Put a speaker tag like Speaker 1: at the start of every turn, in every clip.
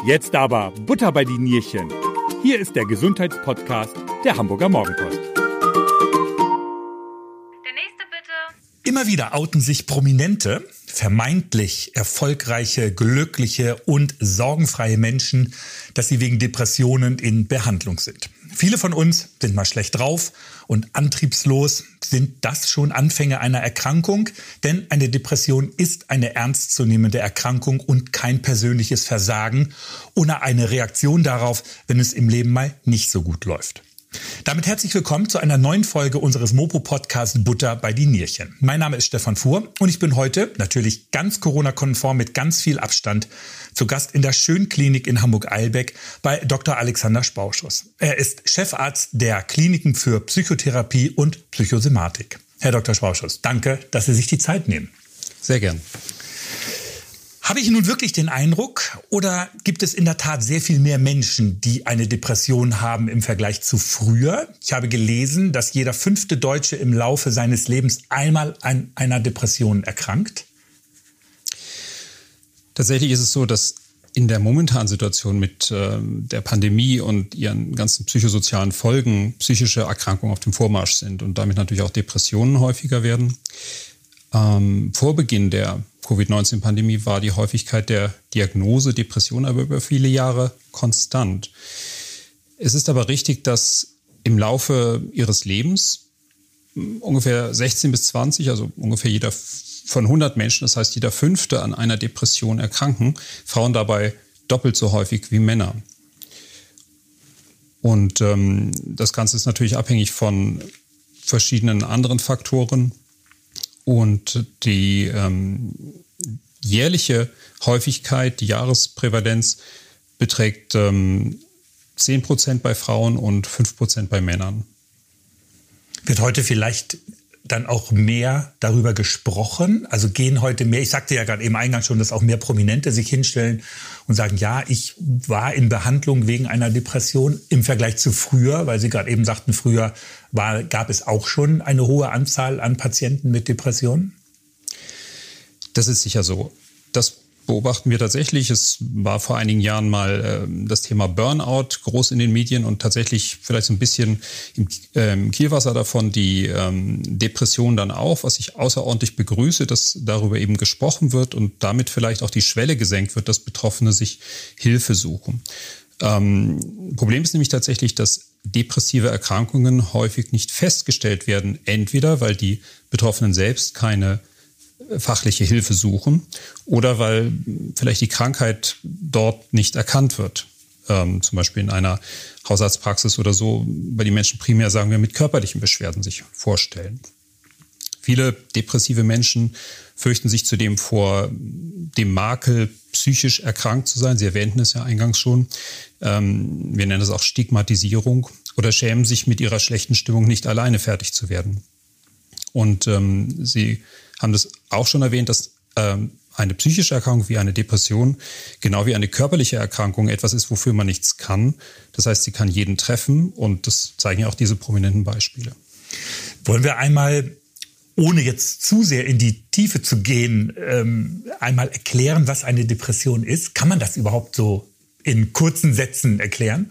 Speaker 1: Jetzt aber Butter bei die Nierchen. Hier ist der Gesundheitspodcast der Hamburger Morgenpost.
Speaker 2: Der nächste bitte.
Speaker 3: Immer wieder outen sich Prominente, vermeintlich erfolgreiche, glückliche und sorgenfreie Menschen, dass sie wegen Depressionen in Behandlung sind. Viele von uns sind mal schlecht drauf und antriebslos. Sind das schon Anfänge einer Erkrankung? Denn eine Depression ist eine ernstzunehmende Erkrankung und kein persönliches Versagen oder eine Reaktion darauf, wenn es im Leben mal nicht so gut läuft. Damit herzlich willkommen zu einer neuen Folge unseres Mopo-Podcasts Butter bei die Nierchen. Mein Name ist Stefan Fuhr und ich bin heute, natürlich ganz Corona-konform mit ganz viel Abstand, zu Gast in der Schönklinik in Hamburg-Eilbeck bei Dr. Alexander Spauschus. Er ist Chefarzt der Kliniken für Psychotherapie und Psychosomatik. Herr Dr. Spauschus, danke, dass Sie sich die Zeit nehmen.
Speaker 4: Sehr gern.
Speaker 3: Habe ich nun wirklich den Eindruck, oder gibt es in der Tat sehr viel mehr Menschen, die eine Depression haben im Vergleich zu früher? Ich habe gelesen, dass jeder 5. Deutsche im Laufe seines Lebens einmal an einer Depression erkrankt.
Speaker 4: Tatsächlich ist es so, dass in der momentanen Situation mit der Pandemie und ihren ganzen psychosozialen Folgen psychische Erkrankungen auf dem Vormarsch sind und damit natürlich auch Depressionen häufiger werden. Vor Beginn der Covid-19-Pandemie war die Häufigkeit der Diagnose Depression aber über viele Jahre konstant. Es ist aber richtig, dass im Laufe ihres Lebens ungefähr 16 bis 20, also ungefähr jeder von 100 Menschen, das heißt jeder 5. an einer Depression erkranken, Frauen dabei doppelt so häufig wie Männer. Und das Ganze ist natürlich abhängig von verschiedenen anderen Faktoren. Und die jährliche Häufigkeit, die Jahresprävalenz beträgt 10% bei Frauen und 5% bei Männern.
Speaker 3: Wird heute vielleicht dann auch mehr darüber gesprochen? Also gehen heute mehr, ich sagte ja gerade eben eingangs schon, dass auch mehr Prominente sich hinstellen und sagen, ja, ich war in Behandlung wegen einer Depression im Vergleich zu früher, weil Sie gerade eben sagten, früher gab es auch schon eine hohe Anzahl an Patienten mit Depressionen?
Speaker 4: Das ist sicher so. Das beobachten wir tatsächlich. Es war vor einigen Jahren mal das Thema Burnout groß in den Medien und tatsächlich vielleicht so ein bisschen im Kielwasser davon die Depression dann auch, was ich außerordentlich begrüße, dass darüber eben gesprochen wird und damit vielleicht auch die Schwelle gesenkt wird, dass Betroffene sich Hilfe suchen. Problem ist nämlich tatsächlich, dass depressive Erkrankungen häufig nicht festgestellt werden, entweder weil die Betroffenen selbst keine fachliche Hilfe suchen oder weil vielleicht die Krankheit dort nicht erkannt wird. Zum Beispiel in einer Hausarztpraxis oder so, weil die Menschen primär, sagen wir, mit körperlichen Beschwerden sich vorstellen. Viele depressive Menschen fürchten sich zudem vor dem Makel, psychisch erkrankt zu sein. Sie erwähnten es ja eingangs schon. Wir nennen es auch Stigmatisierung oder schämen sich mit ihrer schlechten Stimmung nicht alleine fertig zu werden. Und Sie haben das auch schon erwähnt, dass eine psychische Erkrankung wie eine Depression genau wie eine körperliche Erkrankung etwas ist, wofür man nichts kann. Das heißt, sie kann jeden treffen und das zeigen ja auch diese prominenten Beispiele.
Speaker 3: Wollen wir einmal, ohne jetzt zu sehr in die Tiefe zu gehen, einmal erklären, was eine Depression ist? Kann man das überhaupt so in kurzen Sätzen erklären?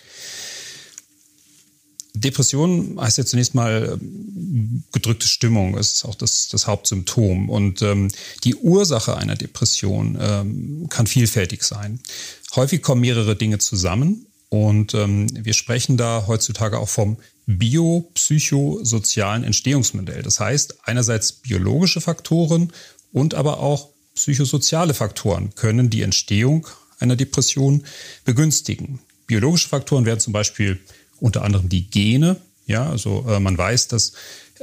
Speaker 4: Depression heißt ja zunächst mal gedrückte Stimmung, das ist auch das Hauptsymptom. Und die Ursache einer Depression kann vielfältig sein. Häufig kommen mehrere Dinge zusammen und wir sprechen da heutzutage auch vom biopsychosozialen Entstehungsmodell. Das heißt, einerseits biologische Faktoren und aber auch psychosoziale Faktoren können die Entstehung einer Depression begünstigen. Biologische Faktoren wären zum Beispiel unter anderem die Gene. Ja, also man weiß, dass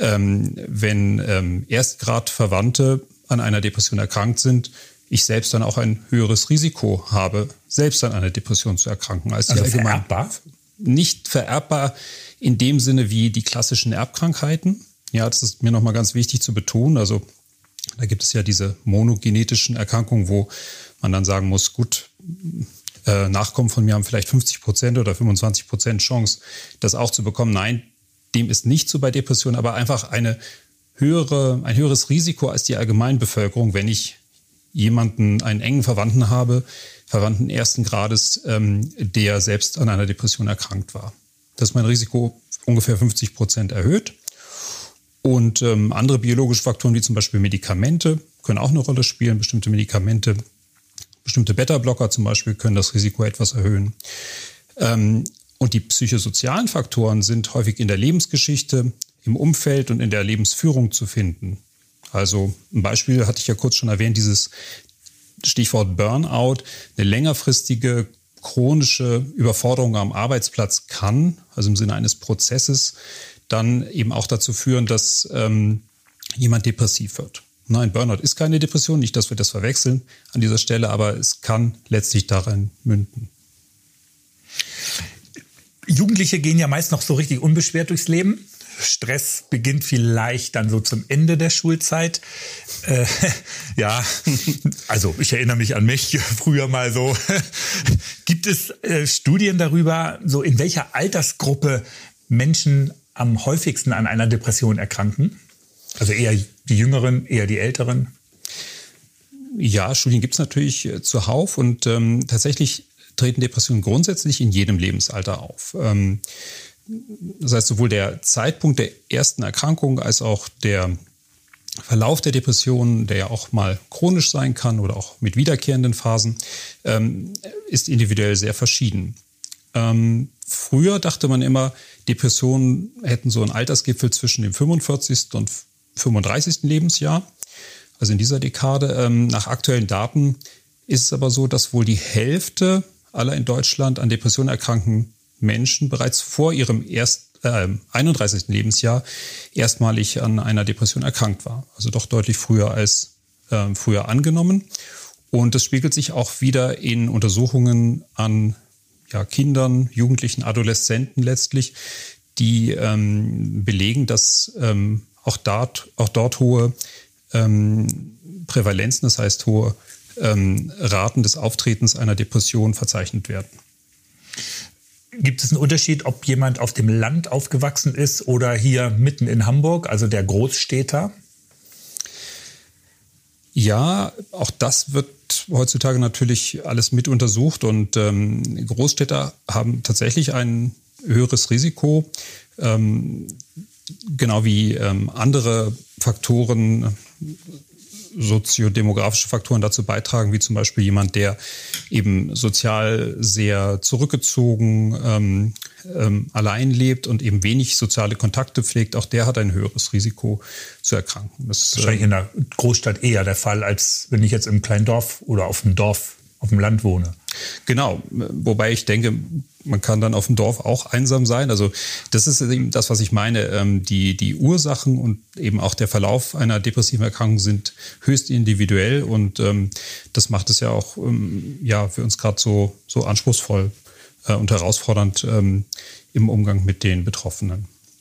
Speaker 4: wenn Erstgradverwandte an einer Depression erkrankt sind, ich selbst dann auch ein höheres Risiko habe, selbst an einer Depression zu erkranken. Als
Speaker 3: also vererbbar?
Speaker 4: Nicht vererbbar in dem Sinne wie die klassischen Erbkrankheiten. Ja, das ist mir nochmal ganz wichtig zu betonen. Also da gibt es ja diese monogenetischen Erkrankungen, wo man dann sagen muss, gut, Nachkommen von mir haben vielleicht 50% oder 25% Chance, das auch zu bekommen. Nein, dem ist nicht so bei Depressionen, aber einfach ein höheres Risiko als die Allgemeinbevölkerung, wenn ich einen engen Verwandten ersten Grades, der selbst an einer Depression erkrankt war. Das ist mein Risiko ungefähr 50% erhöht. Und andere biologische Faktoren wie zum Beispiel Medikamente können auch eine Rolle spielen. Bestimmte Medikamente, bestimmte Beta-Blocker zum Beispiel können das Risiko etwas erhöhen. Und die psychosozialen Faktoren sind häufig in der Lebensgeschichte, im Umfeld und in der Lebensführung zu finden. Also ein Beispiel hatte ich ja kurz schon erwähnt, dieses Stichwort Burnout. Eine längerfristige chronische Überforderung am Arbeitsplatz kann, also im Sinne eines Prozesses, dann eben auch dazu führen, dass jemand depressiv wird. Nein, Burnout ist keine Depression, nicht, dass wir das verwechseln an dieser Stelle, aber es kann letztlich darin münden.
Speaker 3: Jugendliche gehen ja meist noch so richtig unbeschwert durchs Leben. Stress beginnt vielleicht dann so zum Ende der Schulzeit. Ja, also ich erinnere mich an mich früher mal so. Gibt es Studien darüber, so in welcher Altersgruppe Menschen am häufigsten an einer Depression erkranken? Also eher die Jüngeren, eher die Älteren?
Speaker 4: Ja, Studien gibt es natürlich zuhauf und tatsächlich treten Depressionen grundsätzlich in jedem Lebensalter auf. Das heißt, sowohl der Zeitpunkt der ersten Erkrankung als auch der Verlauf der Depression, der ja auch mal chronisch sein kann oder auch mit wiederkehrenden Phasen, ist individuell sehr verschieden. Früher dachte man immer, Depressionen hätten so einen Altersgipfel zwischen dem 45. und 35. Lebensjahr, also in dieser Dekade. Nach aktuellen Daten ist es aber so, dass wohl die Hälfte aller in Deutschland an Depressionen erkrankten Menschen bereits vor ihrem 31. Lebensjahr erstmalig an einer Depression erkrankt war. Also doch deutlich früher als früher angenommen. Und das spiegelt sich auch wieder in Untersuchungen an Kindern, Jugendlichen, Adoleszenten letztlich, die belegen, dass auch dort hohe Prävalenzen, das heißt hohe Raten des Auftretens einer Depression verzeichnet werden.
Speaker 3: Gibt es einen Unterschied, ob jemand auf dem Land aufgewachsen ist oder hier mitten in Hamburg, also der Großstädter?
Speaker 4: Ja, auch das wird heutzutage natürlich alles mit untersucht und Großstädter haben tatsächlich ein höheres Risiko, genau wie andere Faktoren, soziodemografische Faktoren dazu beitragen, wie zum Beispiel jemand, der eben sozial sehr zurückgezogen allein lebt und eben wenig soziale Kontakte pflegt. Auch der hat ein höheres Risiko zu erkranken. Das ist
Speaker 3: wahrscheinlich in der Großstadt eher der Fall, als wenn ich jetzt im kleinen Dorf oder auf dem Land wohne.
Speaker 4: Genau, wobei ich denke, man kann dann auf dem Dorf auch einsam sein. Also das ist eben das, was ich meine. Die Ursachen und eben auch der Verlauf einer depressiven Erkrankung sind höchst individuell und das macht es ja auch für uns gerade so anspruchsvoll und herausfordernd im Umgang mit den Betroffenen.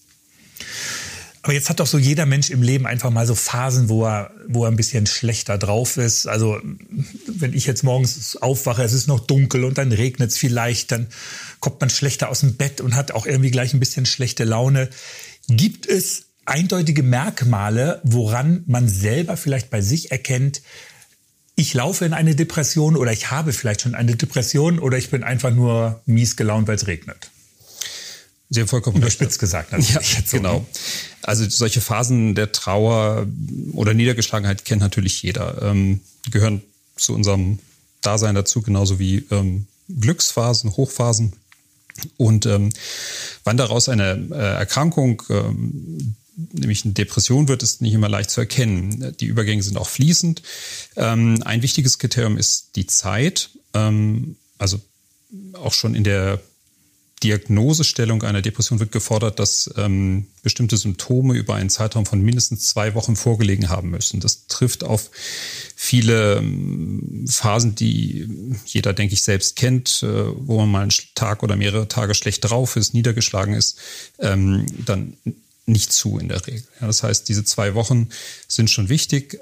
Speaker 3: Aber jetzt hat doch so jeder Mensch im Leben einfach mal so Phasen, wo er ein bisschen schlechter drauf ist. Also wenn ich jetzt morgens aufwache, es ist noch dunkel und dann regnet es vielleicht, dann kommt man schlechter aus dem Bett und hat auch irgendwie gleich ein bisschen schlechte Laune. Gibt es eindeutige Merkmale, woran man selber vielleicht bei sich erkennt, ich laufe in eine Depression oder ich habe vielleicht schon eine Depression oder ich bin einfach nur mies gelaunt, weil es regnet?
Speaker 4: Sie haben vollkommen
Speaker 3: überspitzt gesagt.
Speaker 4: Ja, genau. Also solche Phasen der Trauer oder Niedergeschlagenheit kennt natürlich jeder. Die gehören zu unserem Dasein dazu, genauso wie Glücksphasen, Hochphasen. Und wann daraus eine Erkrankung, nämlich eine Depression wird, ist nicht immer leicht zu erkennen. Die Übergänge sind auch fließend. Ein wichtiges Kriterium ist die Zeit. Also auch schon in der Diagnosestellung einer Depression wird gefordert, dass bestimmte Symptome über einen Zeitraum von mindestens 2 Wochen vorgelegen haben müssen. Das trifft auf viele Phasen, die jeder, denke ich, selbst kennt, wo man mal einen Tag oder mehrere Tage schlecht drauf ist, niedergeschlagen ist, dann nicht zu in der Regel. Ja, das heißt, diese 2 Wochen sind schon wichtig.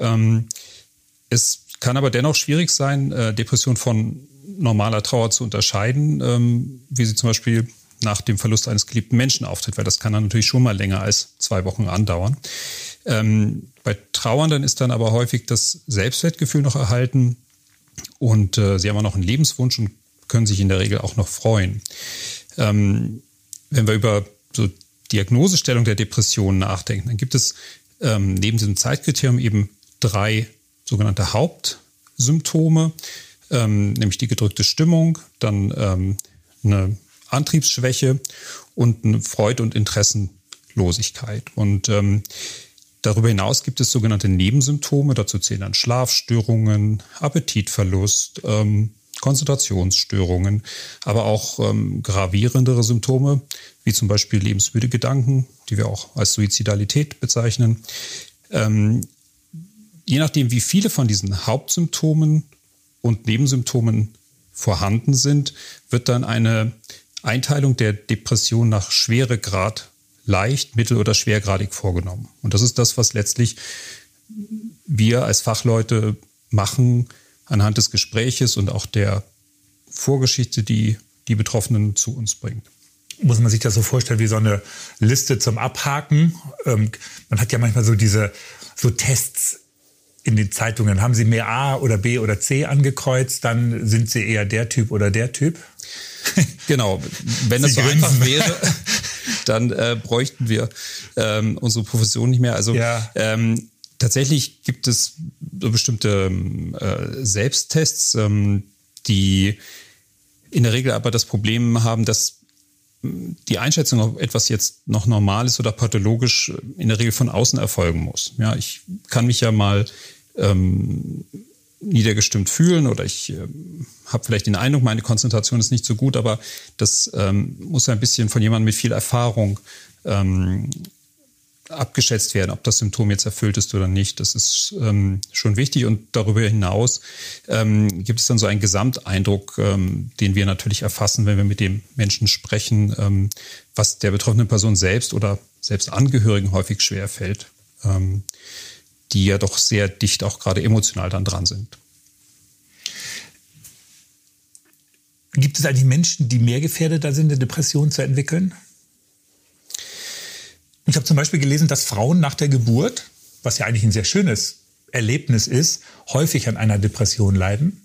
Speaker 4: Es kann aber dennoch schwierig sein, Depression von normaler Trauer zu unterscheiden, wie sie zum Beispiel nach dem Verlust eines geliebten Menschen auftritt, weil das kann dann natürlich schon mal länger als 2 Wochen andauern. Bei Trauernden ist dann aber häufig das Selbstwertgefühl noch erhalten und sie haben auch noch einen Lebenswunsch und können sich in der Regel auch noch freuen. Wenn wir über so Diagnosestellung der Depression nachdenken, dann gibt es neben diesem Zeitkriterium eben 3 sogenannte Hauptsymptome, nämlich die gedrückte Stimmung, dann eine Antriebsschwäche und eine Freude- und Interessenlosigkeit. Und darüber hinaus gibt es sogenannte Nebensymptome. Dazu zählen dann Schlafstörungen, Appetitverlust, Konzentrationsstörungen, aber auch gravierendere Symptome, wie zum Beispiel lebensmüde Gedanken, die wir auch als Suizidalität bezeichnen. Je nachdem, wie viele von diesen Hauptsymptomen und Nebensymptomen vorhanden sind, wird dann eine Einteilung der Depression nach Schweregrad leicht, mittel- oder schwergradig vorgenommen. Und das ist das, was letztlich wir als Fachleute machen anhand des Gespräches und auch der Vorgeschichte, die die Betroffenen zu uns bringt.
Speaker 3: Muss man sich das so vorstellen wie so eine Liste zum Abhaken? Man hat ja manchmal so Tests in den Zeitungen. Haben Sie mehr A oder B oder C angekreuzt, dann sind Sie eher der Typ oder der Typ?
Speaker 4: Genau, wenn das so einfach wäre, dann bräuchten wir unsere Profession nicht mehr. Also ja. Tatsächlich gibt es so bestimmte Selbsttests, die in der Regel aber das Problem haben, dass die Einschätzung, ob etwas jetzt noch normal ist oder pathologisch, in der Regel von außen erfolgen muss. Ja, ich kann mich ja mal niedergestimmt fühlen oder ich habe vielleicht den Eindruck, meine Konzentration ist nicht so gut, aber das muss ein bisschen von jemandem mit viel Erfahrung abgeschätzt werden, ob das Symptom jetzt erfüllt ist oder nicht. Das ist schon wichtig und darüber hinaus gibt es dann so einen Gesamteindruck, den wir natürlich erfassen, wenn wir mit dem Menschen sprechen, was der betroffenen Person selbst oder selbst Angehörigen häufig schwerfällt, die ja doch sehr dicht auch gerade emotional dann dran sind.
Speaker 3: Gibt es eigentlich Menschen, die mehr gefährdeter sind, eine Depression zu entwickeln? Ich habe zum Beispiel gelesen, dass Frauen nach der Geburt, was ja eigentlich ein sehr schönes Erlebnis ist, häufig an einer Depression leiden.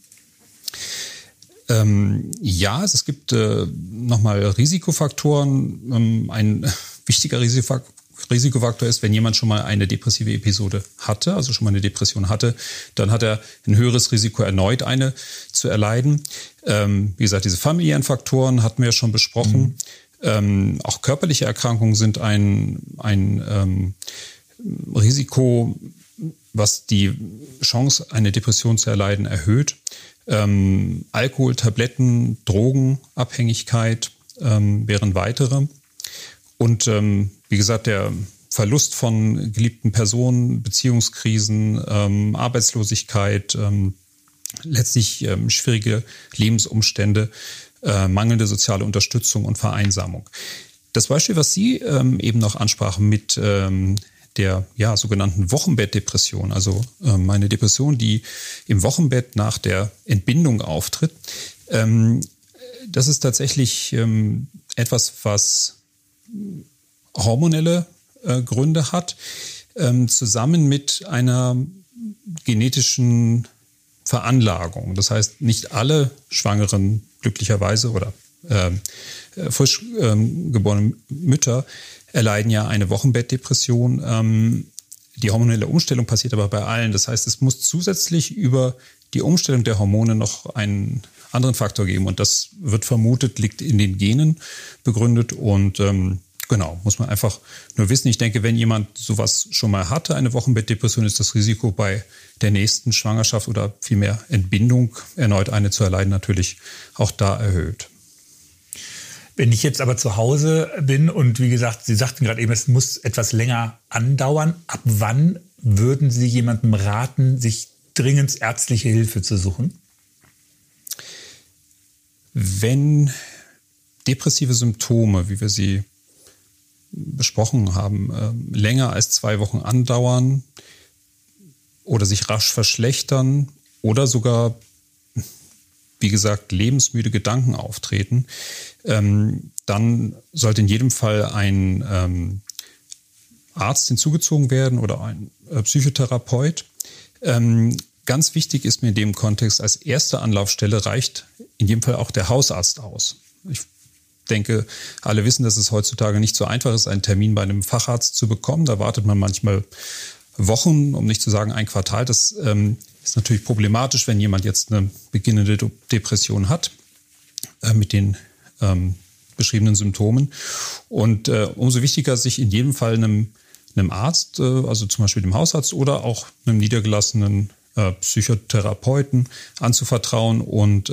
Speaker 4: Ja, es gibt nochmal Risikofaktoren. Ein wichtiger Risikofaktor ist, wenn jemand schon mal eine depressive Episode hatte, also schon mal eine Depression hatte, dann hat er ein höheres Risiko, erneut eine zu erleiden. Wie gesagt, diese familiären Faktoren hatten wir ja schon besprochen. Auch körperliche Erkrankungen sind ein Risiko, was die Chance, eine Depression zu erleiden, erhöht. Alkohol, Tabletten, Drogenabhängigkeit wären weitere. Und wie gesagt, der Verlust von geliebten Personen, Beziehungskrisen, Arbeitslosigkeit, letztlich schwierige Lebensumstände, mangelnde soziale Unterstützung und Vereinsamung. Das Beispiel, was Sie eben noch ansprachen mit der sogenannten Wochenbettdepression, also eine Depression, die im Wochenbett nach der Entbindung auftritt, das ist tatsächlich etwas, was hormonelle Gründe hat, zusammen mit einer genetischen Veranlagung. Das heißt, nicht alle Schwangeren glücklicherweise oder frisch geborene Mütter erleiden ja eine Wochenbettdepression. Die hormonelle Umstellung passiert aber bei allen. Das heißt, es muss zusätzlich über die Umstellung der Hormone noch einen anderen Faktor geben. Und das wird vermutet, liegt in den Genen begründet. Und genau, muss man einfach nur wissen. Ich denke, wenn jemand sowas schon mal hatte, eine Wochenbettdepression, ist das Risiko bei der nächsten Schwangerschaft oder vielmehr Entbindung erneut eine zu erleiden natürlich auch da erhöht.
Speaker 3: Wenn ich jetzt aber zu Hause bin und wie gesagt, Sie sagten gerade eben, es muss etwas länger andauern, ab wann würden Sie jemandem raten, sich dringend ärztliche Hilfe zu suchen?
Speaker 4: Wenn depressive Symptome, wie wir sie besprochen haben, länger als 2 Wochen andauern oder sich rasch verschlechtern oder sogar, wie gesagt, lebensmüde Gedanken auftreten, dann sollte in jedem Fall ein Arzt hinzugezogen werden oder ein Psychotherapeut. Ganz wichtig ist mir in dem Kontext, als erste Anlaufstelle reicht in jedem Fall auch der Hausarzt aus. Ich denke, alle wissen, dass es heutzutage nicht so einfach ist, einen Termin bei einem Facharzt zu bekommen. Da wartet man manchmal Wochen, um nicht zu sagen ein Quartal. Das ist natürlich problematisch, wenn jemand jetzt eine beginnende Depression hat mit den beschriebenen Symptomen. Und umso wichtiger, sich in jedem Fall einem Arzt, also zum Beispiel dem Hausarzt oder auch einem niedergelassenen Psychotherapeuten anzuvertrauen und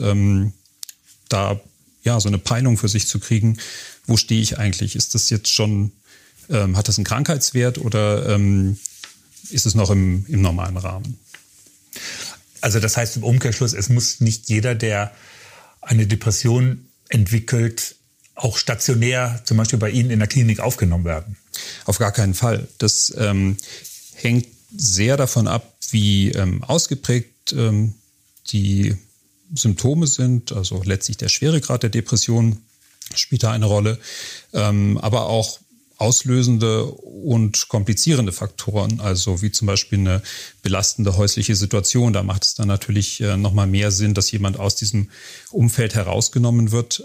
Speaker 4: da so eine Peilung für sich zu kriegen, wo stehe ich eigentlich? Ist das jetzt schon, hat das einen Krankheitswert oder ist es noch im normalen Rahmen?
Speaker 3: Also das heißt im Umkehrschluss, es muss nicht jeder, der eine Depression entwickelt, auch stationär zum Beispiel bei Ihnen in der Klinik aufgenommen werden?
Speaker 4: Auf gar keinen Fall. Das hängt sehr davon ab, wie ausgeprägt die Symptome sind. Also letztlich der Schweregrad der Depression spielt da eine Rolle, aber auch auslösende und komplizierende Faktoren, also wie zum Beispiel eine belastende häusliche Situation. Da macht es dann natürlich nochmal mehr Sinn, dass jemand aus diesem Umfeld herausgenommen wird,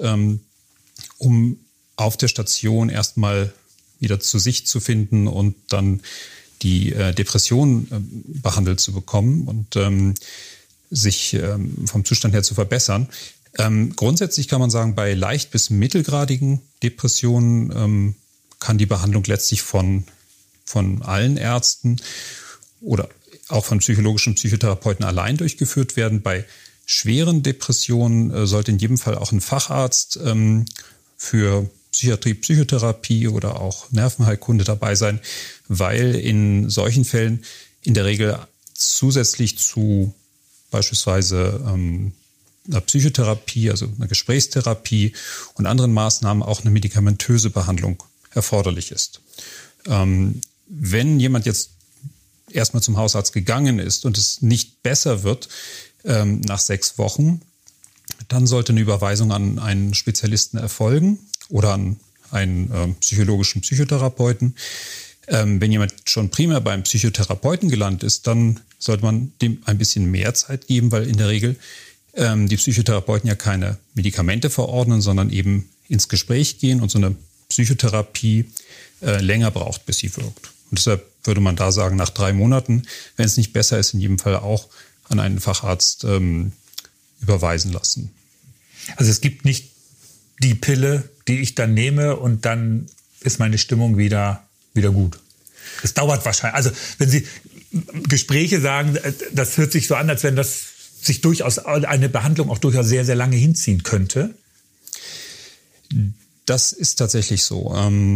Speaker 4: um auf der Station erstmal wieder zu sich zu finden und dann die Depression behandelt zu bekommen und sich vom Zustand her zu verbessern. Grundsätzlich kann man sagen, bei leicht bis mittelgradigen Depressionen kann die Behandlung letztlich von allen Ärzten oder auch von psychologischen Psychotherapeuten allein durchgeführt werden. Bei schweren Depressionen sollte in jedem Fall auch ein Facharzt für Psychiatrie, Psychotherapie oder auch Nervenheilkunde dabei sein, weil in solchen Fällen in der Regel zusätzlich zu beispielsweise einer Psychotherapie, also einer Gesprächstherapie und anderen Maßnahmen auch eine medikamentöse Behandlung erforderlich ist. Wenn jemand jetzt erstmal zum Hausarzt gegangen ist und es nicht besser wird nach 6 Wochen, dann sollte eine Überweisung an einen Spezialisten erfolgen oder an einen psychologischen Psychotherapeuten. Wenn jemand schon primär beim Psychotherapeuten gelandet ist, dann sollte man dem ein bisschen mehr Zeit geben, weil in der Regel die Psychotherapeuten ja keine Medikamente verordnen, sondern eben ins Gespräch gehen und so eine Psychotherapie länger braucht, bis sie wirkt. Und deshalb würde man da sagen, nach 3 Monaten, wenn es nicht besser ist, in jedem Fall auch an einen Facharzt überweisen lassen.
Speaker 3: Also es gibt nicht die Pille, die ich dann nehme und dann ist meine Stimmung wieder gut. Es dauert wahrscheinlich. Also wenn Sie Gespräche sagen, das hört sich so an, als wenn das sich durchaus eine Behandlung auch durchaus sehr, sehr lange hinziehen könnte.
Speaker 4: Das ist tatsächlich so.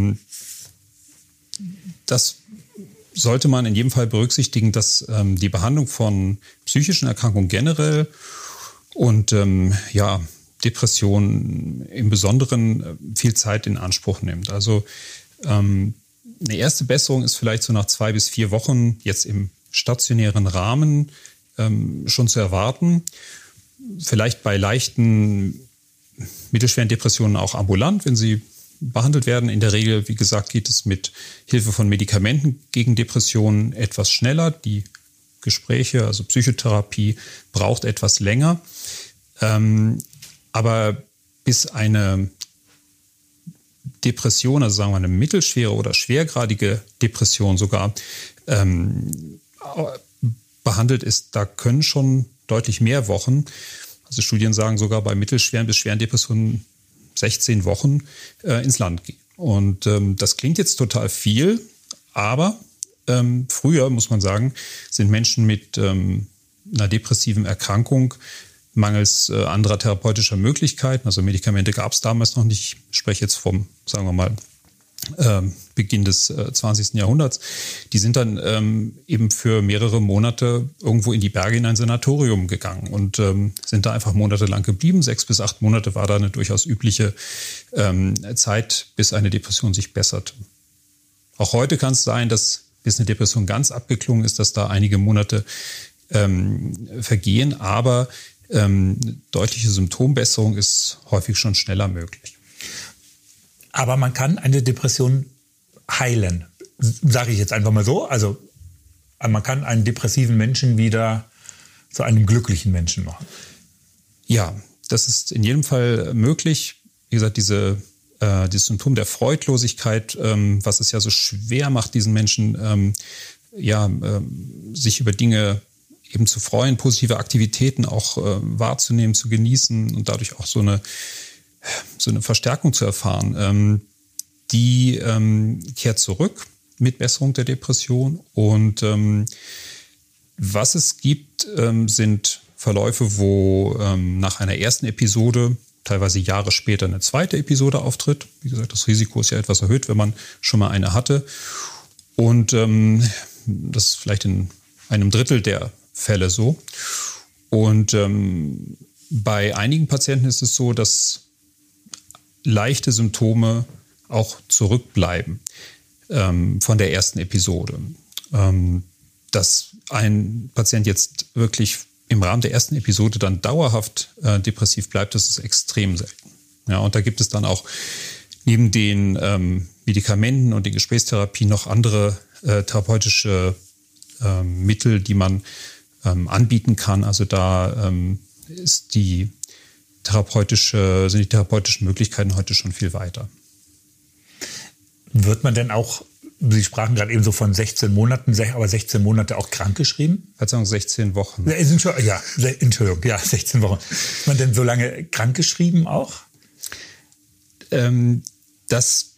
Speaker 4: Das sollte man in jedem Fall berücksichtigen, dass die Behandlung von psychischen Erkrankungen generell und Depressionen im Besonderen viel Zeit in Anspruch nimmt. Also eine erste Besserung ist vielleicht so nach 2 bis 4 Wochen jetzt im stationären Rahmen schon zu erwarten. Vielleicht bei leichten, mittelschweren Depressionen auch ambulant, wenn sie behandelt werden. In der Regel, wie gesagt, geht es mit Hilfe von Medikamenten gegen Depressionen etwas schneller. Die Gespräche, also Psychotherapie, braucht etwas länger. Aber bis eine Depression, also sagen wir eine mittelschwere oder schwergradige Depression sogar behandelt ist, da können schon deutlich mehr Wochen, also Studien sagen sogar bei mittelschweren bis schweren Depressionen 16 Wochen ins Land gehen. Und das klingt jetzt total viel, aber früher, muss man sagen, sind Menschen mit einer depressiven Erkrankung mangels anderer therapeutischer Möglichkeiten, also Medikamente gab es damals noch nicht, ich spreche jetzt vom, sagen wir mal, Beginn des 20. Jahrhunderts, die sind dann eben für mehrere Monate irgendwo in die Berge in ein Sanatorium gegangen und sind da einfach monatelang geblieben. 6 bis 8 Monate war da eine durchaus übliche Zeit, bis eine Depression sich besserte. Auch heute kann es sein, dass bis eine Depression ganz abgeklungen ist, dass da einige Monate vergehen, aber deutliche Symptombesserung ist häufig schon schneller möglich.
Speaker 3: Aber man kann eine Depression heilen. sage ich jetzt einfach mal so. Also man kann einen depressiven Menschen wieder zu einem glücklichen Menschen machen.
Speaker 4: Ja, das ist in jedem Fall möglich. Wie gesagt, dieses Symptom der Freudlosigkeit, was es ja so schwer macht, diesen Menschen sich über Dinge eben zu freuen, positive Aktivitäten auch wahrzunehmen, zu genießen und dadurch auch so eine Verstärkung zu erfahren, die kehrt zurück mit Besserung der Depression. Und was es gibt, sind Verläufe, wo nach einer ersten Episode teilweise Jahre später eine zweite Episode auftritt. Wie gesagt, das Risiko ist ja etwas erhöht, wenn man schon mal eine hatte. Und das ist vielleicht in einem Drittel der Fälle so. Und bei einigen Patienten ist es so, dass leichte Symptome auch zurückbleiben von der ersten Episode. Dass ein Patient jetzt wirklich im Rahmen der ersten Episode dann dauerhaft depressiv bleibt, das ist extrem selten. Ja, und da gibt es dann auch neben den Medikamenten und den Gesprächstherapien noch andere therapeutische Mittel, die man anbieten kann. Also da sind die therapeutischen Möglichkeiten heute schon viel weiter.
Speaker 3: Wird man denn auch, Sie sprachen gerade eben so von 16 Monaten, aber 16 Monate auch krankgeschrieben?
Speaker 4: Verzeihung, 16 Wochen.
Speaker 3: Ja, Entschuldigung, ja, 16 Wochen. Ist man denn so lange krankgeschrieben auch?
Speaker 4: Das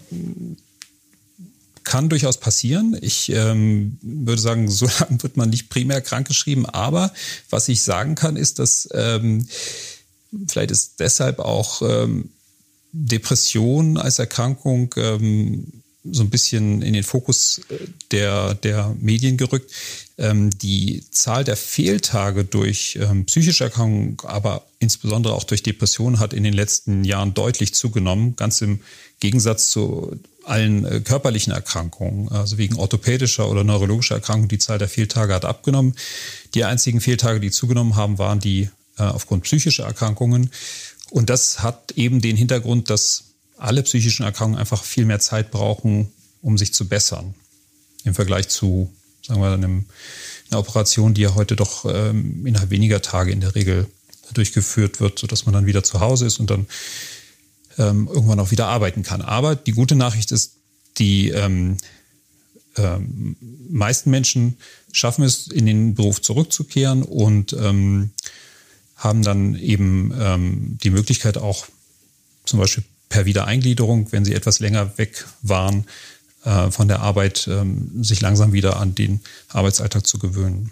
Speaker 4: kann durchaus passieren. Ich würde sagen, so lange wird man nicht primär krankgeschrieben. Aber was ich sagen kann, ist, dass vielleicht ist deshalb auch Depression als Erkrankung so ein bisschen in den Fokus der Medien gerückt. Die Zahl der Fehltage durch psychische Erkrankungen, aber insbesondere auch durch Depressionen hat in den letzten Jahren deutlich zugenommen, ganz im Gegensatz zu allen körperlichen Erkrankungen. Also wegen orthopädischer oder neurologischer Erkrankungen, die Zahl der Fehltage hat abgenommen. Die einzigen Fehltage, die zugenommen haben, waren die aufgrund psychischer Erkrankungen. Und das hat eben den Hintergrund, dass alle psychischen Erkrankungen einfach viel mehr Zeit brauchen, um sich zu bessern. Im Vergleich zu, sagen wir, einer Operation, die ja heute doch innerhalb weniger Tage in der Regel durchgeführt wird, sodass man dann wieder zu Hause ist und dann irgendwann auch wieder arbeiten kann. Aber die gute Nachricht ist, die meisten Menschen schaffen es, in den Beruf zurückzukehren und haben dann eben die Möglichkeit auch zum Beispiel per Wiedereingliederung, wenn sie etwas länger weg waren von der Arbeit, sich langsam wieder an den Arbeitsalltag zu gewöhnen.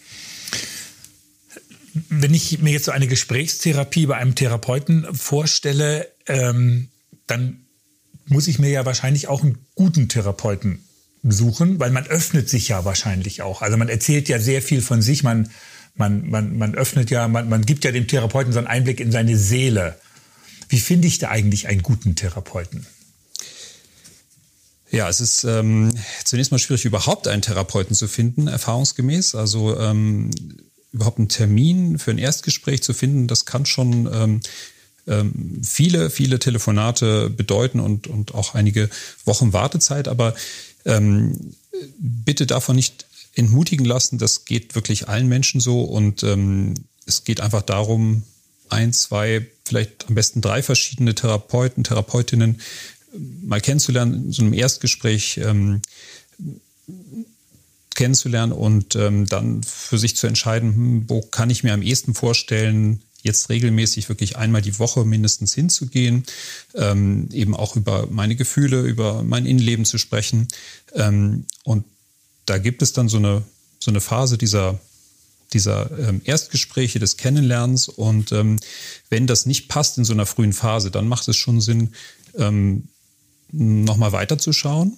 Speaker 3: Wenn ich mir jetzt so eine Gesprächstherapie bei einem Therapeuten vorstelle, dann muss ich mir ja wahrscheinlich auch einen guten Therapeuten suchen, weil man öffnet sich ja wahrscheinlich auch. Also man erzählt ja sehr viel von sich, man öffnet ja, man gibt ja dem Therapeuten so einen Einblick in seine Seele. Wie finde ich da eigentlich einen guten Therapeuten?
Speaker 4: Ja, es ist zunächst mal schwierig, überhaupt einen Therapeuten zu finden, erfahrungsgemäß. Also überhaupt einen Termin für ein Erstgespräch zu finden, das kann schon viele Telefonate bedeuten und auch einige Wochen Wartezeit. Aber bitte davon nicht entmutigen lassen. Das geht wirklich allen Menschen so. Und es geht einfach darum, 1, 2, vielleicht am besten 3 verschiedene Therapeuten, Therapeutinnen mal kennenzulernen, in so einem Erstgespräch kennenzulernen und dann für sich zu entscheiden, wo kann ich mir am ehesten vorstellen, jetzt regelmäßig wirklich einmal die Woche mindestens hinzugehen, eben auch über meine Gefühle, über mein Innenleben zu sprechen. Und da gibt es dann so eine Phase dieser Erstgespräche, des Kennenlernens. Und wenn das nicht passt in so einer frühen Phase, dann macht es schon Sinn, nochmal weiterzuschauen.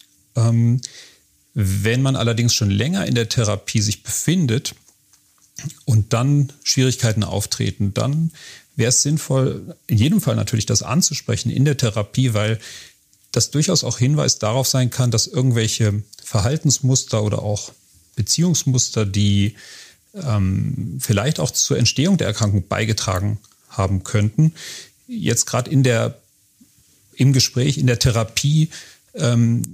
Speaker 4: Wenn man allerdings schon länger in der Therapie sich befindet und dann Schwierigkeiten auftreten, dann wäre es sinnvoll, in jedem Fall natürlich das anzusprechen in der Therapie, weil das durchaus auch Hinweis darauf sein kann, dass irgendwelche Verhaltensmuster oder auch Beziehungsmuster, die vielleicht auch zur Entstehung der Erkrankung beigetragen haben könnten, jetzt gerade im Gespräch, in der Therapie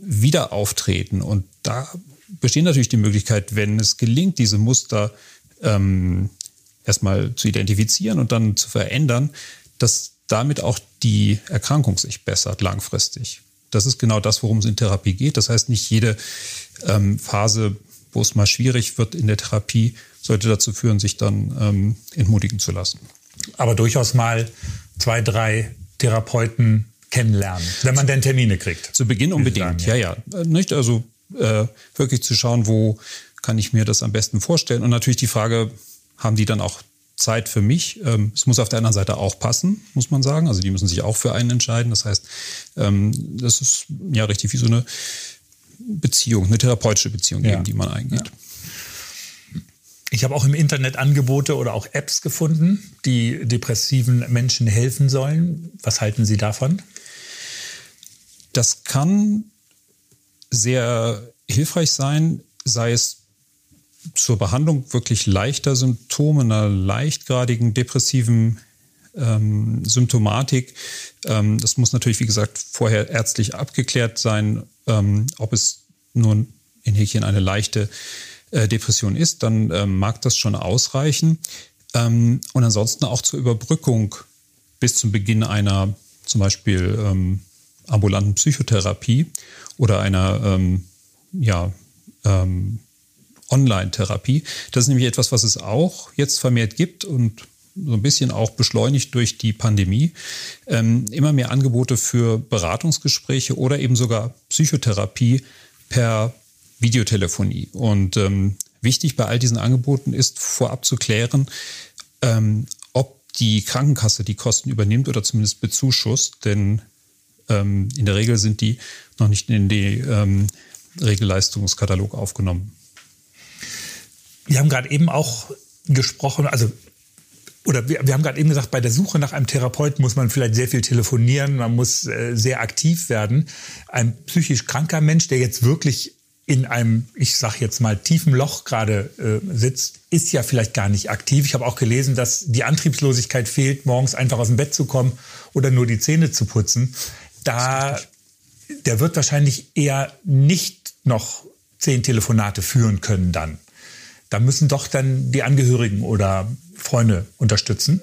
Speaker 4: wieder auftreten. Und da besteht natürlich die Möglichkeit, wenn es gelingt, diese Muster erstmal zu identifizieren und dann zu verändern, dass damit auch die Erkrankung sich bessert langfristig. Das ist genau das, worum es in Therapie geht. Das heißt, nicht jede Phase, wo es mal schwierig wird in der Therapie, sollte dazu führen, sich dann entmutigen zu lassen.
Speaker 3: Aber durchaus mal 2, 3 Therapeuten kennenlernen, wenn man denn Termine kriegt.
Speaker 4: Zu Beginn unbedingt, ja. Nicht? Also wirklich zu schauen, wo kann ich mir das am besten vorstellen. Und natürlich die Frage, haben die dann auch Zeit für mich? Es muss auf der anderen Seite auch passen, muss man sagen. Also die müssen sich auch für einen entscheiden. Das heißt, das ist ja richtig wie so eine Beziehung, eine therapeutische Beziehung, eben, die man eingeht.
Speaker 3: Ja. Ich habe auch im Internet Angebote oder auch Apps gefunden, die depressiven Menschen helfen sollen. Was halten Sie davon?
Speaker 4: Das kann sehr hilfreich sein, sei es zur Behandlung wirklich leichter Symptome, einer leichtgradigen depressiven Symptomatik. Das muss natürlich, wie gesagt, vorher ärztlich abgeklärt sein, ob es nun in Häkchen eine leichte Depression ist, dann mag das schon ausreichen. Und ansonsten auch zur Überbrückung bis zum Beginn einer zum Beispiel ambulanten Psychotherapie oder einer Online-Therapie. Das ist nämlich etwas, was es auch jetzt vermehrt gibt und so ein bisschen auch beschleunigt durch die Pandemie. Immer mehr Angebote für Beratungsgespräche oder eben sogar Psychotherapie per Videotelefonie. Und wichtig bei all diesen Angeboten ist vorab zu klären, ob die Krankenkasse die Kosten übernimmt oder zumindest bezuschusst, denn in der Regel sind die noch nicht in den Regelleistungskatalog aufgenommen.
Speaker 3: Wir haben gerade eben auch gesprochen, wir haben gerade eben gesagt, bei der Suche nach einem Therapeuten muss man vielleicht sehr viel telefonieren, man muss sehr aktiv werden. Ein psychisch kranker Mensch, der jetzt wirklich in einem, ich sage jetzt mal, tiefen Loch gerade sitzt, ist ja vielleicht gar nicht aktiv. Ich habe auch gelesen, dass die Antriebslosigkeit fehlt, morgens einfach aus dem Bett zu kommen oder nur die Zähne zu putzen. Der wird wahrscheinlich eher nicht noch 10 Telefonate führen können dann. Da müssen doch dann die Angehörigen oder Freunde unterstützen.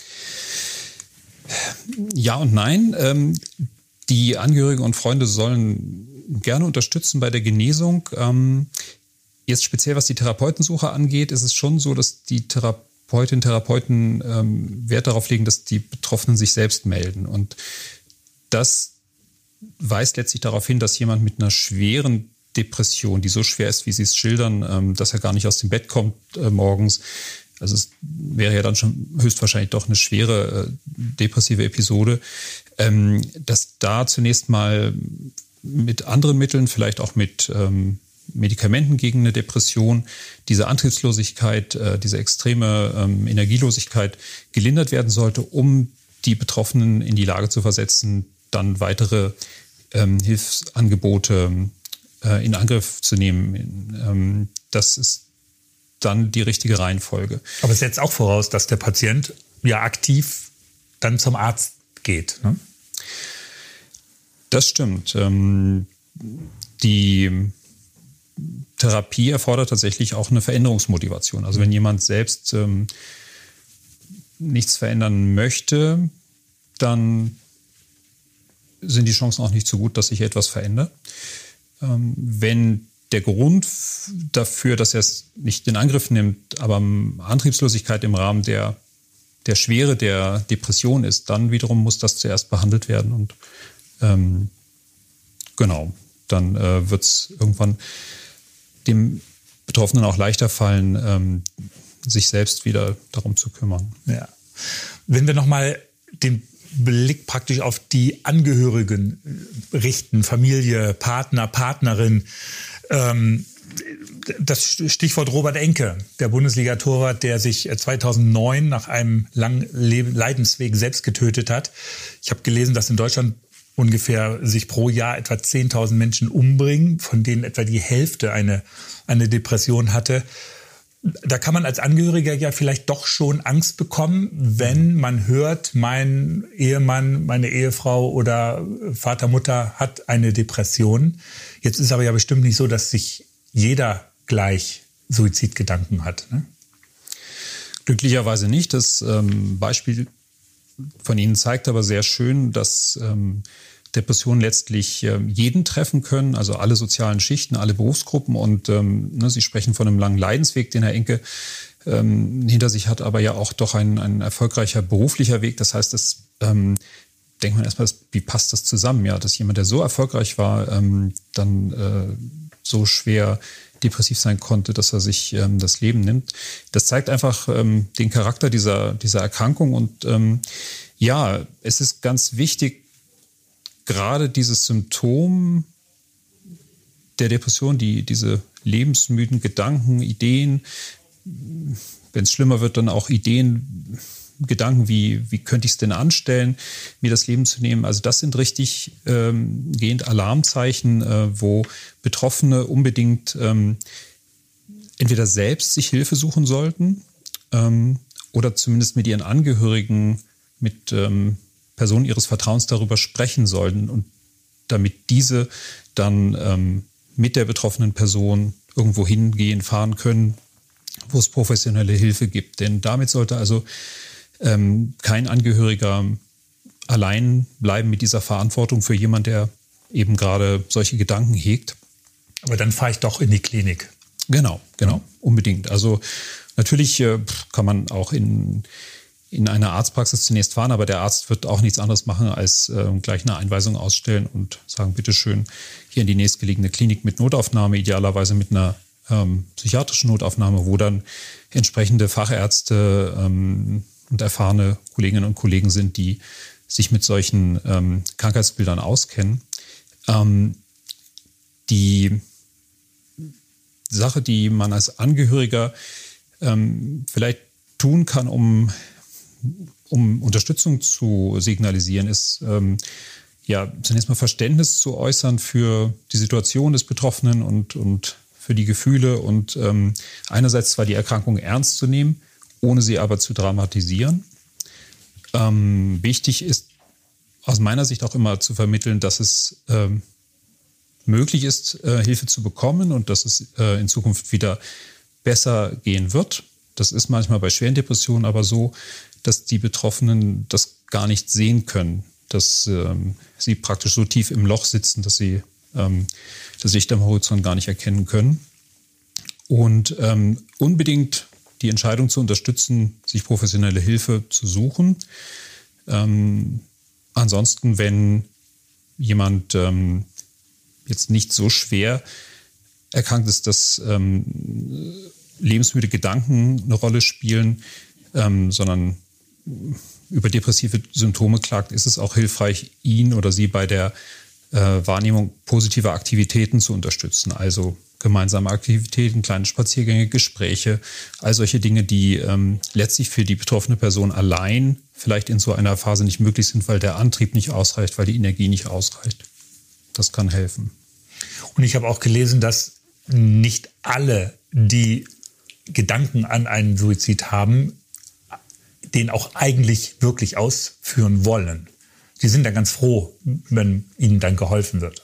Speaker 4: Ja und nein. Die Angehörigen und Freunde sollen gerne unterstützen bei der Genesung. Jetzt speziell, was die Therapeutensuche angeht, ist es schon so, dass die Therapeutinnen und Therapeuten Wert darauf legen, dass die Betroffenen sich selbst melden. Und das weist letztlich darauf hin, dass jemand mit einer schweren Depression, die so schwer ist, wie Sie es schildern, dass er gar nicht aus dem Bett kommt morgens. Also es wäre ja dann schon höchstwahrscheinlich doch eine schwere depressive Episode, dass da zunächst mal mit anderen Mitteln, vielleicht auch mit Medikamenten gegen eine Depression, diese Antriebslosigkeit, diese extreme Energielosigkeit gelindert werden sollte, um die Betroffenen in die Lage zu versetzen, dann weitere Hilfsangebote in Angriff zu nehmen. Das ist dann die richtige Reihenfolge. Aber es setzt auch voraus, dass der Patient ja aktiv dann zum Arzt geht, ne? Das stimmt. Die Therapie erfordert tatsächlich auch eine Veränderungsmotivation. Also wenn jemand selbst nichts verändern möchte, dann sind die Chancen auch nicht so gut, dass sich etwas verändert. Wenn der Grund dafür, dass er es nicht in Angriff nimmt, aber Antriebslosigkeit im Rahmen der Schwere der Depression ist, dann wiederum muss das zuerst behandelt werden. Und dann wird es irgendwann dem Betroffenen auch leichter fallen, sich selbst wieder darum zu kümmern. Ja. Wenn wir nochmal den Blick praktisch auf die Angehörigen richten, Familie, Partner, Partnerin. Das Stichwort Robert Enke, der Bundesliga-Torwart, der sich 2009 nach einem langen Leidensweg selbst getötet hat. Ich habe gelesen, dass in Deutschland ungefähr sich pro Jahr etwa 10.000 Menschen umbringen, von denen etwa die Hälfte eine Depression hatte.
Speaker 3: da kann man als Angehöriger ja vielleicht doch schon Angst bekommen, wenn man hört, mein Ehemann, meine Ehefrau oder Vater, Mutter hat eine Depression. Jetzt ist aber ja bestimmt nicht so, dass sich jeder gleich Suizidgedanken hat, ne?
Speaker 4: Glücklicherweise nicht. Das Beispiel von Ihnen zeigt aber sehr schön, dass Depressionen letztlich jeden treffen können, also alle sozialen Schichten, alle Berufsgruppen. Und Sie sprechen von einem langen Leidensweg, den Herr Enke hinter sich hat, aber ja auch doch ein erfolgreicher beruflicher Weg. Das heißt, das denkt man erstmal, wie passt das zusammen? Ja, dass jemand, der so erfolgreich war, dann so schwer depressiv sein konnte, dass er sich das Leben nimmt. Das zeigt einfach den Charakter dieser Erkrankung. Und ja, es ist ganz wichtig, gerade dieses Symptom der Depression, diese lebensmüden Gedanken, Ideen, wenn es schlimmer wird, dann auch Ideen, Gedanken, wie könnte ich es denn anstellen, mir das Leben zu nehmen. Also das sind richtig gehend Alarmzeichen, wo Betroffene unbedingt entweder selbst sich Hilfe suchen sollten oder zumindest mit ihren Angehörigen, mit Personen ihres Vertrauens darüber sprechen sollten und damit diese dann mit der betroffenen Person irgendwo hingehen, fahren können, wo es professionelle Hilfe gibt. Denn damit sollte also kein Angehöriger allein bleiben mit dieser Verantwortung für jemanden, der eben gerade solche Gedanken hegt.
Speaker 3: Aber dann fahre ich doch in die Klinik.
Speaker 4: Genau, unbedingt. Also natürlich kann man auch in einer Arztpraxis zunächst fahren, aber der Arzt wird auch nichts anderes machen, als gleich eine Einweisung ausstellen und sagen, bitteschön, hier in die nächstgelegene Klinik mit Notaufnahme, idealerweise mit einer psychiatrischen Notaufnahme, wo dann entsprechende Fachärzte und erfahrene Kolleginnen und Kollegen sind, die sich mit solchen Krankheitsbildern auskennen. Die Sache, die man als Angehöriger vielleicht tun kann, um Unterstützung zu signalisieren, ist zunächst mal Verständnis zu äußern für die Situation des Betroffenen und für die Gefühle und einerseits zwar die Erkrankung ernst zu nehmen, ohne sie aber zu dramatisieren. Wichtig ist aus meiner Sicht auch immer zu vermitteln, dass es möglich ist, Hilfe zu bekommen und dass es in Zukunft wieder besser gehen wird. Das ist manchmal bei schweren Depressionen aber so, dass die Betroffenen das gar nicht sehen können, dass sie praktisch so tief im Loch sitzen, dass sie das Licht am Horizont gar nicht erkennen können. Und unbedingt die Entscheidung zu unterstützen, sich professionelle Hilfe zu suchen. Ansonsten, wenn jemand jetzt nicht so schwer erkrankt ist, dass lebensmüde Gedanken eine Rolle spielen, sondern über depressive Symptome klagt, ist es auch hilfreich, ihn oder sie bei der Wahrnehmung positiver Aktivitäten zu unterstützen. Also gemeinsame Aktivitäten, kleine Spaziergänge, Gespräche, all solche Dinge, die letztlich für die betroffene Person allein vielleicht in so einer Phase nicht möglich sind, weil der Antrieb nicht ausreicht, weil die Energie nicht ausreicht. Das kann helfen.
Speaker 3: Und ich habe auch gelesen, dass nicht alle, die Gedanken an einen Suizid haben, den auch eigentlich wirklich ausführen wollen. Die sind dann ganz froh, wenn ihnen dann geholfen wird.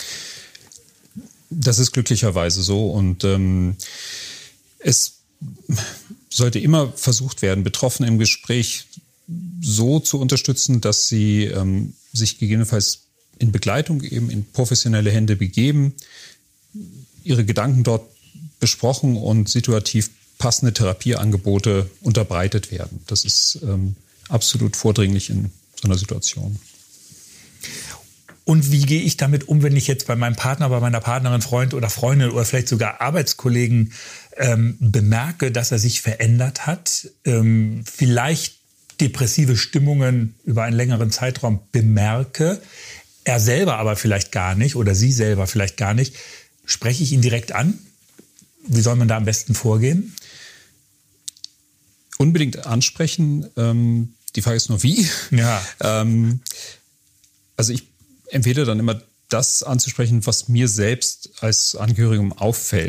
Speaker 4: Das ist glücklicherweise so und es sollte immer versucht werden, Betroffene im Gespräch so zu unterstützen, dass sie sich gegebenenfalls in Begleitung eben in professionelle Hände begeben, ihre Gedanken dort besprochen und situativ passende Therapieangebote unterbreitet werden. Das ist absolut vordringlich in so einer Situation.
Speaker 3: Und wie gehe ich damit um, wenn ich jetzt bei meinem Partner, bei meiner Partnerin, Freund oder Freundin oder vielleicht sogar Arbeitskollegen bemerke, dass er sich verändert hat, vielleicht depressive Stimmungen über einen längeren Zeitraum bemerke, er selber aber vielleicht gar nicht oder sie selber vielleicht gar nicht, spreche ich ihn direkt an? Wie soll man da am besten vorgehen?
Speaker 4: Unbedingt ansprechen. Die Frage ist nur, wie.
Speaker 3: Ja.
Speaker 4: Also ich empfehle dann immer, das anzusprechen, was mir selbst als Angehörigem auffällt.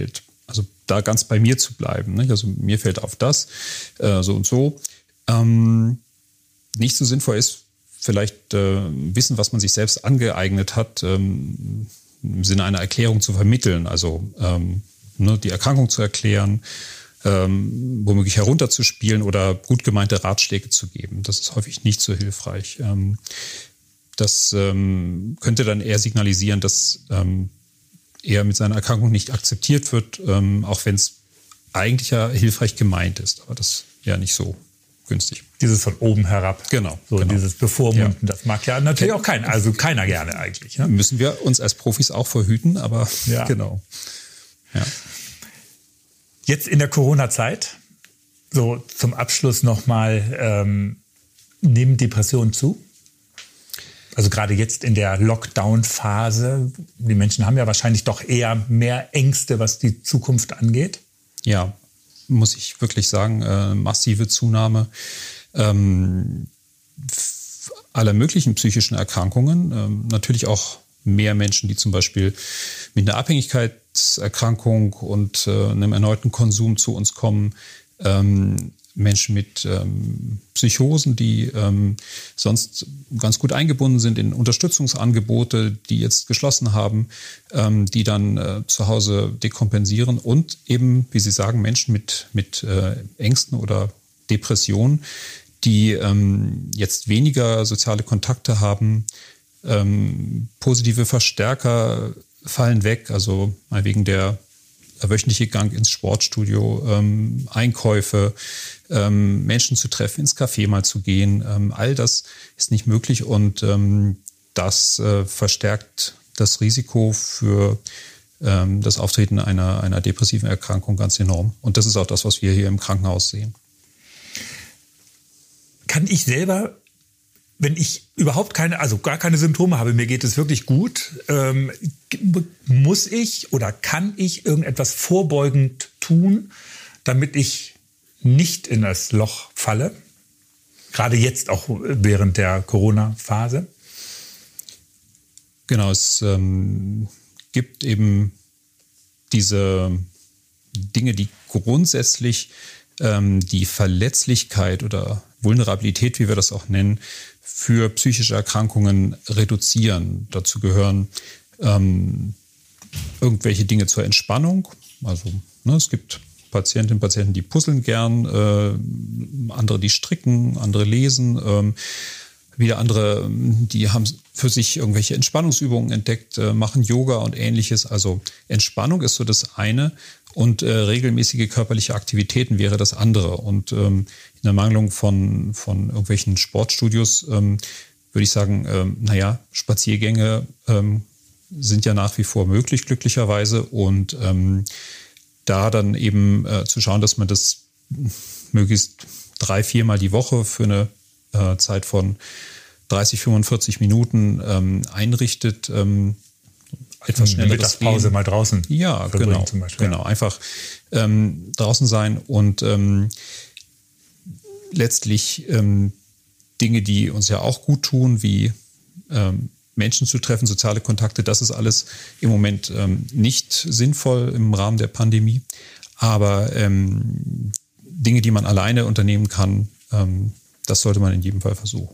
Speaker 4: Also da ganz bei mir zu bleiben. Nicht? Also mir fällt auf das, so und so. Nicht so sinnvoll ist vielleicht Wissen, was man sich selbst angeeignet hat, im Sinne einer Erklärung zu vermitteln. Also die Erkrankung zu erklären, womöglich herunterzuspielen oder gut gemeinte Ratschläge zu geben. Das ist häufig nicht so hilfreich. Das könnte dann eher signalisieren, dass er mit seiner Erkrankung nicht akzeptiert wird, auch wenn es eigentlich ja hilfreich gemeint ist. Aber das ist ja nicht so günstig.
Speaker 3: Dieses von oben herab.
Speaker 4: Genau.
Speaker 3: Dieses Bevormunden, das mag ja natürlich auch keiner gerne eigentlich. Ne?
Speaker 4: Müssen wir uns als Profis auch verhüten, aber genau. Ja.
Speaker 3: Jetzt in der Corona-Zeit, so zum Abschluss nochmal, nehmen Depressionen zu? Also gerade jetzt in der Lockdown-Phase, die Menschen haben ja wahrscheinlich doch eher mehr Ängste, was die Zukunft angeht.
Speaker 4: Ja, muss ich wirklich sagen, massive Zunahme aller möglichen psychischen Erkrankungen. Natürlich auch mehr Menschen, die zum Beispiel mit einer Abhängigkeitserkrankung und einem erneuten Konsum zu uns kommen. Menschen mit Psychosen, die sonst ganz gut eingebunden sind in Unterstützungsangebote, die jetzt geschlossen haben, die dann zu Hause dekompensieren und eben, wie Sie sagen, Menschen mit Ängsten oder Depressionen, die jetzt weniger soziale Kontakte haben, positive Verstärker fallen weg, also mal wegen der wöchentliche Gang ins Sportstudio, Einkäufe, Menschen zu treffen, ins Café mal zu gehen. All das ist nicht möglich und das verstärkt das Risiko für das Auftreten einer depressiven Erkrankung ganz enorm. Und das ist auch das, was wir hier im Krankenhaus sehen.
Speaker 3: Kann ich selber, wenn ich überhaupt gar keine Symptome habe, mir geht es wirklich gut, muss ich oder kann ich irgendetwas vorbeugend tun, damit ich nicht in das Loch falle? Gerade jetzt auch während der Corona-Phase?
Speaker 4: Genau, es gibt eben diese Dinge, die grundsätzlich die Verletzlichkeit oder Vulnerabilität, wie wir das auch nennen, für psychische Erkrankungen reduzieren. Dazu gehören irgendwelche Dinge zur Entspannung. Also es gibt Patientinnen und Patienten, die puzzeln gern, andere, die stricken, andere lesen, wieder andere, die haben für sich irgendwelche Entspannungsübungen entdeckt, machen Yoga und Ähnliches. Also Entspannung ist so das eine und regelmäßige körperliche Aktivitäten wäre das andere. Und in der Mangelung von irgendwelchen Sportstudios würde ich sagen, Spaziergänge sind ja nach wie vor möglich, glücklicherweise. Und da dann eben zu schauen, dass man das möglichst 3-4 Mal die Woche für eine Zeit von 30, 45 Minuten einrichtet. Etwas schneller
Speaker 3: Mittagspause
Speaker 4: gehen.
Speaker 3: Mal draußen.
Speaker 4: Ja, genau.
Speaker 3: Zum Beispiel.
Speaker 4: Genau. Einfach draußen sein und letztlich Dinge, die uns ja auch gut tun, wie Menschen zu treffen, soziale Kontakte, das ist alles im Moment nicht sinnvoll im Rahmen der Pandemie. Aber Dinge, die man alleine unternehmen kann, das sollte man in jedem Fall versuchen.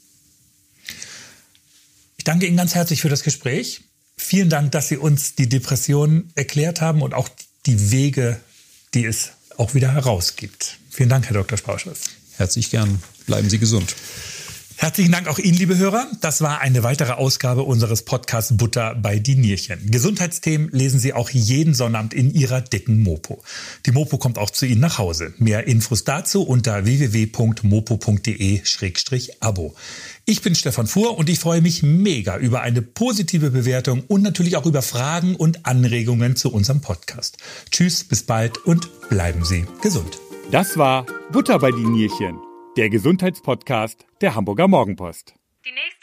Speaker 3: Ich danke Ihnen ganz herzlich für das Gespräch. Vielen Dank, dass Sie uns die Depression erklärt haben und auch die Wege, die es auch wieder herausgibt. Vielen Dank, Herr Dr. Sprauschus.
Speaker 4: Herzlich gern. Bleiben Sie gesund.
Speaker 3: Herzlichen Dank auch Ihnen, liebe Hörer. Das war eine weitere Ausgabe unseres Podcasts Butter bei die Nierchen. Gesundheitsthemen lesen Sie auch jeden Sonnabend in Ihrer dicken Mopo. Die Mopo kommt auch zu Ihnen nach Hause. Mehr Infos dazu unter www.mopo.de/abo. Ich bin Stefan Fuhr und ich freue mich mega über eine positive Bewertung und natürlich auch über Fragen und Anregungen zu unserem Podcast. Tschüss, bis bald und bleiben Sie gesund.
Speaker 1: Das war Butter bei die Nierchen, der Gesundheitspodcast der Hamburger Morgenpost.
Speaker 2: Die nächste